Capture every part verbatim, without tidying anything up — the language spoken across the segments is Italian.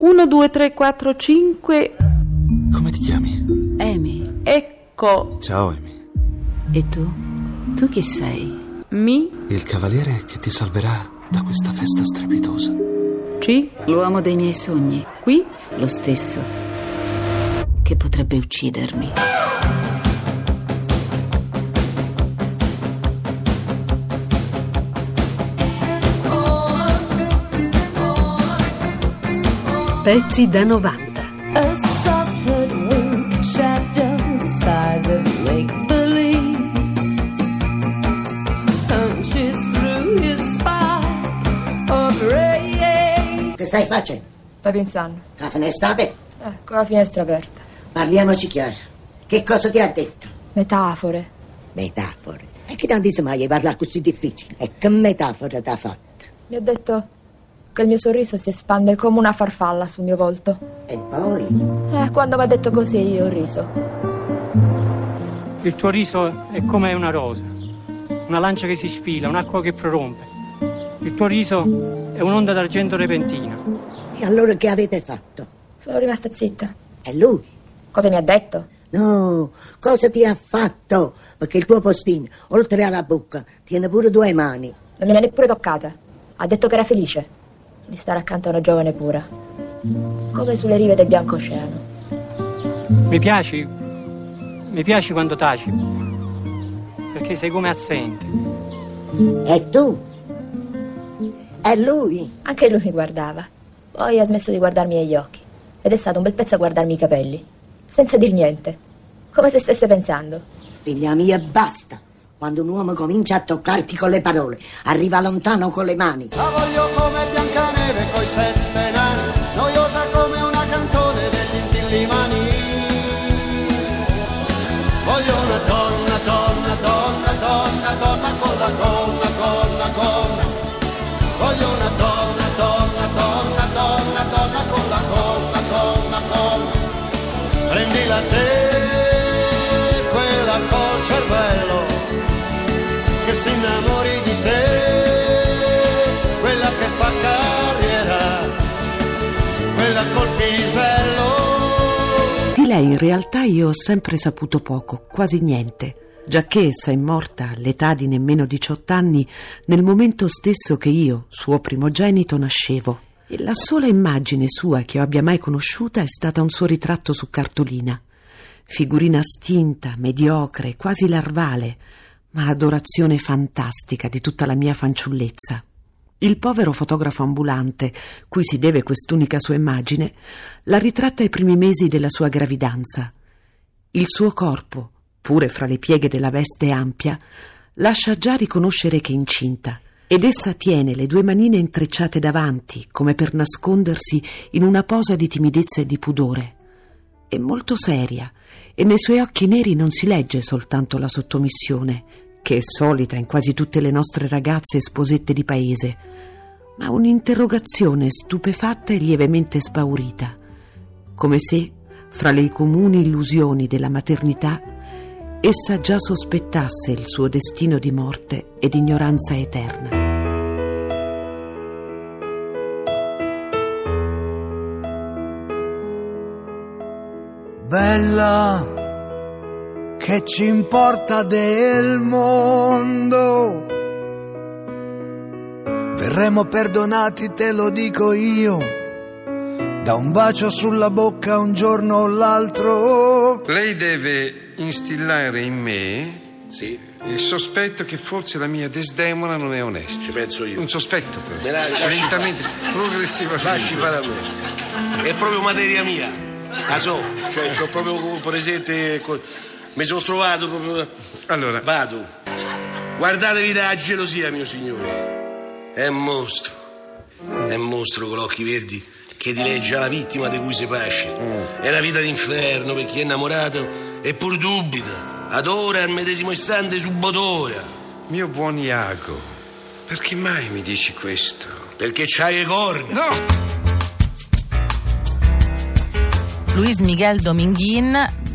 uno, due, tre, quattro, cinque. Come ti chiami? Amy. Ecco. Ciao Amy. E tu? Tu chi sei? Mi. Il cavaliere che ti salverà da questa festa strepitosa. C. L'uomo dei miei sogni. Qui. Lo stesso che potrebbe uccidermi. Pezzi da novanta. A soft wink shadow size of make-believe punches through his spark of ray. Che stai facendo? Stai pensando? La finestra aperta. Eh, con la finestra aperta. Parliamoci chiaro. Che cosa ti ha detto? Metafore. Metafore. E che tanti se mai parla così difficile? E che metafora ti ha fatta? Mi ha detto che il mio sorriso si espande come una farfalla sul mio volto. E poi? Eh, quando mi ha detto così io ho riso. Il tuo riso è come una rosa, una lancia che si sfila, un'acqua che prorompe. Il tuo riso è un'onda d'argento repentina. E allora che avete fatto? Sono rimasta zitta. E lui? Cosa mi ha detto? No, cosa ti ha fatto? Perché il tuo postino, oltre alla bocca, tiene pure due mani. Non me l'ha neppure toccata. Ha detto che era felice di stare accanto a una giovane pura, come sulle rive del bianco oceano. Mi piaci, mi piaci quando taci, perché sei come assente. E tu? E lui? Anche lui mi guardava. Poi ha smesso di guardarmi negli occhi ed è stato un bel pezzo a guardarmi i capelli, senza dir niente, come se stesse pensando. Figlia mia, basta. Quando un uomo comincia a toccarti con le parole, arriva lontano con le mani. La voglio come Biancaneve coi sette nani, noiosa come una canzone degli intillimani. Voglio una donna, donna, donna, donna, donna con la gonna, gonna, gonna. Voglio una donna, donna, donna, donna, donna con la gonna, gonna, gonna. Prendila te, quella col cervello, che si innamori di te, quella che fa carriera, quella col pisello. Di lei in realtà io ho sempre saputo poco, quasi niente, giacché essa è morta all'età di nemmeno diciotto anni, nel momento stesso che io, suo primogenito, nascevo. E la sola immagine sua che io abbia mai conosciuta è stata un suo ritratto su cartolina. Figurina stinta, mediocre, quasi larvale, ma adorazione fantastica di tutta la mia fanciullezza. Il povero fotografo ambulante, cui si deve quest'unica sua immagine, la ritratta ai primi mesi della sua gravidanza. Il suo corpo, pure fra le pieghe della veste ampia, lascia già riconoscere che è incinta, ed essa tiene le due manine intrecciate davanti, come per nascondersi in una posa di timidezza e di pudore. È molto seria, e nei suoi occhi neri non si legge soltanto la sottomissione, che è solita in quasi tutte le nostre ragazze sposette di paese, ma un'interrogazione stupefatta e lievemente spaurita, come se, fra le comuni illusioni della maternità, essa già sospettasse il suo destino di morte ed ignoranza eterna. Bella, che ci importa del mondo? Verremo perdonati, te lo dico io, da un bacio sulla bocca un giorno o l'altro. Lei deve instillare in me, sì, il sospetto che forse la mia Desdemona non è onesta. Ci penso io. Un sospetto però. Me la, lentamente, progressivamente. Lasci fare a me. È proprio materia mia. La so, cioè c'ho proprio presente. Mi sono trovato proprio. Allora. Vado. Guardatevi dalla gelosia, mio signore. È un mostro. È un mostro con gli occhi verdi che dileggia la vittima di cui si pasce. È una vita d'inferno per chi è innamorato e pur dubita. Adora al medesimo istante subodora. Mio buon Iago, perché mai mi dici questo? Perché c'hai le corna. No! Luis Miguel Dominguín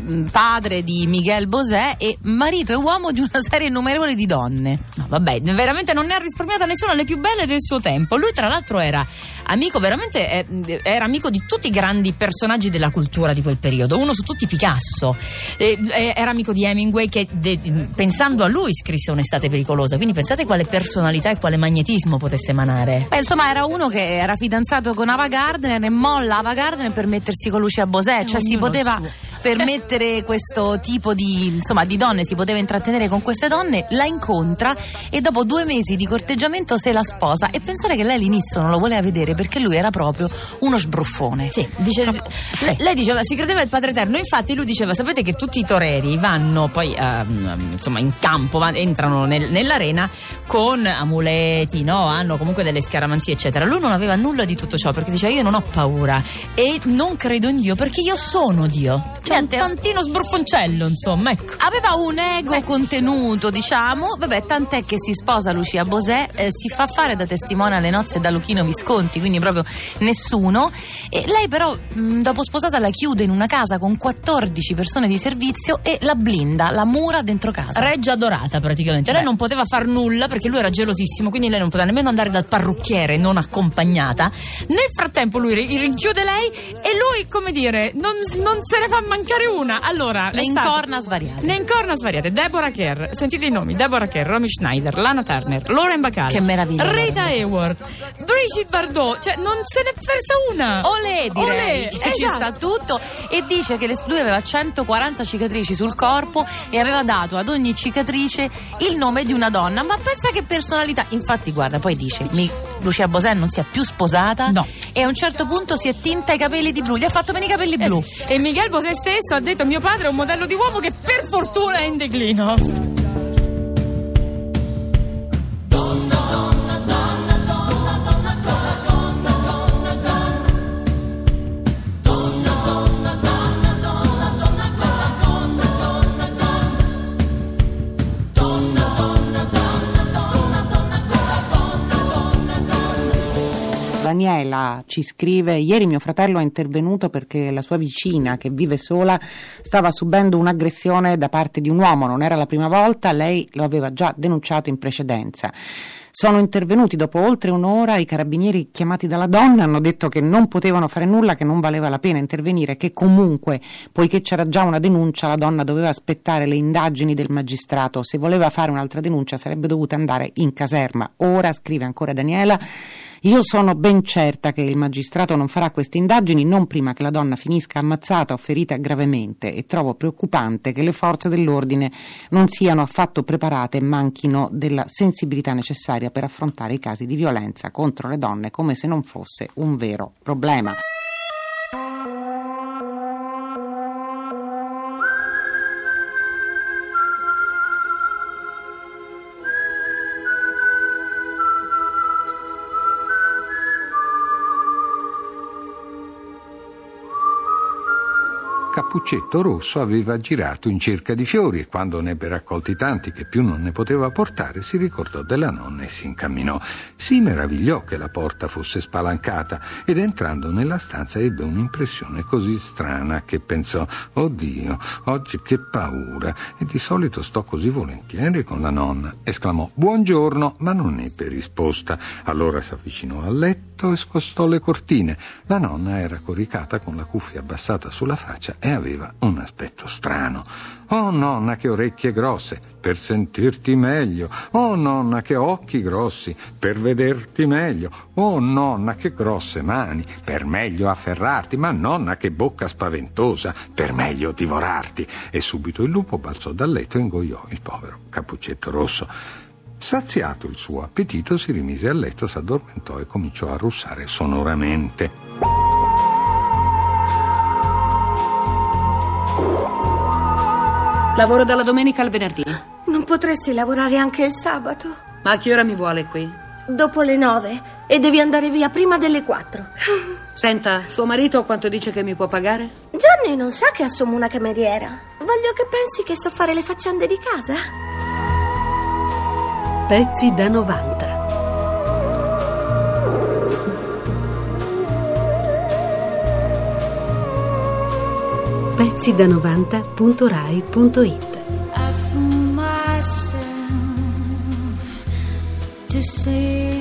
padre di Miguel Bosé e marito e uomo di una serie innumerevole di donne. No, vabbè, veramente non ne ha risparmiata nessuna, le più belle del suo tempo. Lui tra l'altro era amico, veramente eh, era amico di tutti i grandi personaggi della cultura di quel periodo, uno su tutti Picasso, eh, eh, era amico di Hemingway che de, pensando a lui scrisse Un'estate pericolosa, quindi pensate quale personalità e quale magnetismo potesse emanare. Beh, insomma era uno che era fidanzato con Ava Gardner e molla Ava Gardner per mettersi con Lucia Bosé, cioè si poteva permettere questo tipo di, insomma, di donne, si poteva intrattenere con queste donne, la incontra e dopo due mesi di corteggiamento se la sposa, e pensare che lei all'inizio non lo voleva vedere perché lui era proprio uno sbruffone. Sì, dice, sì. Lei, lei diceva, si credeva il Padre Eterno, infatti lui diceva, sapete che tutti i toreri vanno poi eh, insomma in campo, van, entrano nel, nell'arena con amuleti, no? Hanno comunque delle scaramanzie eccetera. Lui non aveva nulla di tutto ciò perché diceva io non ho paura e non credo in Dio perché io sono Dio. Cioè un tantino sbruffoncello, insomma, ecco. Aveva un ego eh. contenuto, diciamo, vabbè, tant'è che si sposa Lucia Bosé, eh, si fa fare da testimone alle nozze da Luchino Visconti, quindi proprio nessuno, e lei però mh, dopo sposata la chiude in una casa con quattordici persone di servizio e la blinda, la mura dentro casa. Reggia adorata praticamente. Beh. Lei non poteva far nulla perché lui era gelosissimo, quindi lei non poteva nemmeno andare dal parrucchiere non accompagnata. Nel frattempo lui rinchiude lei e lui, come dire, non, non se ne fa mancare una. Allora, le incorna svariate. Le incorna svariate. Deborah Kerr, sentite i nomi: Deborah Kerr, Romy Schneider, Lana Turner, Lauren Bacall, che meraviglia, Rita Hayworth, Brigitte Bardot, cioè non se n'è persa una. Olè, direi. Olè, che esatto. Ci sta tutto. E dice che lui aveva centoquaranta cicatrici sul corpo e aveva dato ad ogni cicatrice il nome di una donna. Ma pensa che personalità. Infatti guarda, poi dice mi, Lucia Bosé non si è più sposata, no, e a un certo punto si è tinta i capelli di blu, gli ha fatto bene i capelli eh, blu. E Miguel Bosé stesso ha detto mio padre è un modello di uomo che per fortuna è in declino. Daniela ci scrive: ieri mio fratello è intervenuto perché la sua vicina, che vive sola, stava subendo un'aggressione da parte di un uomo. Non era la prima volta, lei lo aveva già denunciato in precedenza. Sono intervenuti dopo oltre un'ora, i carabinieri chiamati dalla donna hanno detto che non potevano fare nulla, che non valeva la pena intervenire, che comunque, poiché c'era già una denuncia, la donna doveva aspettare le indagini del magistrato. Se voleva fare un'altra denuncia sarebbe dovuta andare in caserma. Ora, scrive ancora Daniela, io sono ben certa che il magistrato non farà queste indagini non prima che la donna finisca ammazzata o ferita gravemente, e trovo preoccupante che le forze dell'ordine non siano affatto preparate e manchino della sensibilità necessaria per affrontare i casi di violenza contro le donne come se non fosse un vero problema. Cappuccetto Rosso aveva girato in cerca di fiori e quando ne ebbe raccolti tanti che più non ne poteva portare si ricordò della nonna e si incamminò. Si meravigliò che la porta fosse spalancata ed entrando nella stanza ebbe un'impressione così strana che pensò: oddio, oggi che paura, e di solito sto così volentieri con la nonna. Esclamò buongiorno, ma non ebbe risposta. Allora si avvicinò al letto e scostò le cortine. La nonna era coricata con la cuffia abbassata sulla faccia e aveva un aspetto strano. Oh nonna, che orecchie grosse, per sentirti meglio. Oh nonna, che occhi grossi, per vederti meglio. Oh nonna, che grosse mani, per meglio afferrarti. Ma nonna, che bocca spaventosa, per meglio divorarti. E subito il lupo balzò dal letto e ingoiò il povero Cappuccetto Rosso. Saziato il suo appetito, si rimise a letto, s'addormentò e cominciò a russare sonoramente. Lavoro dalla domenica al venerdì. Non potresti lavorare anche il sabato? Ma a che ora mi vuole qui? Dopo le nove. E devi andare via prima delle quattro. Senta, suo marito quanto dice che mi può pagare? Gianni non sa che assumo una cameriera. Voglio che pensi che so fare le faccende di casa. Pezzi da novanta. pezzi da novanta punto rai punto it. I fool myself to say